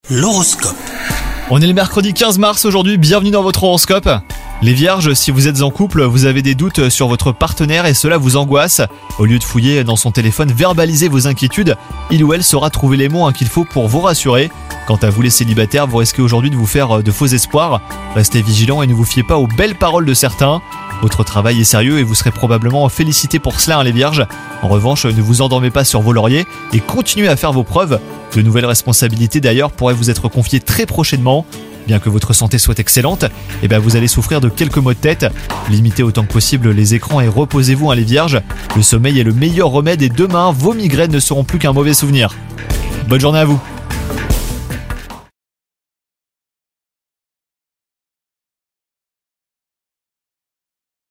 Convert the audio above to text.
L'horoscope. On est le mercredi 15 mars aujourd'hui, bienvenue dans votre horoscope. Les vierges, si vous êtes en couple, vous avez des doutes sur votre partenaire et cela vous angoisse. Au lieu de fouiller dans son téléphone, verbalisez vos inquiétudes. Il ou elle saura trouver les mots qu'il faut pour vous rassurer. Quant à vous les célibataires, vous risquez aujourd'hui de vous faire de faux espoirs. Restez vigilants et ne vous fiez pas aux belles paroles de certains. Votre travail est sérieux et vous serez probablement félicité pour cela, les vierges. En revanche, ne vous endormez pas sur vos lauriers et continuez à faire vos preuves. De nouvelles responsabilités d'ailleurs pourraient vous être confiées très prochainement. Bien que votre santé soit excellente, vous allez souffrir de quelques maux de tête. Limitez autant que possible les écrans et reposez-vous, les vierges. Le sommeil est le meilleur remède et demain, vos migraines ne seront plus qu'un mauvais souvenir. Bonne journée à vous.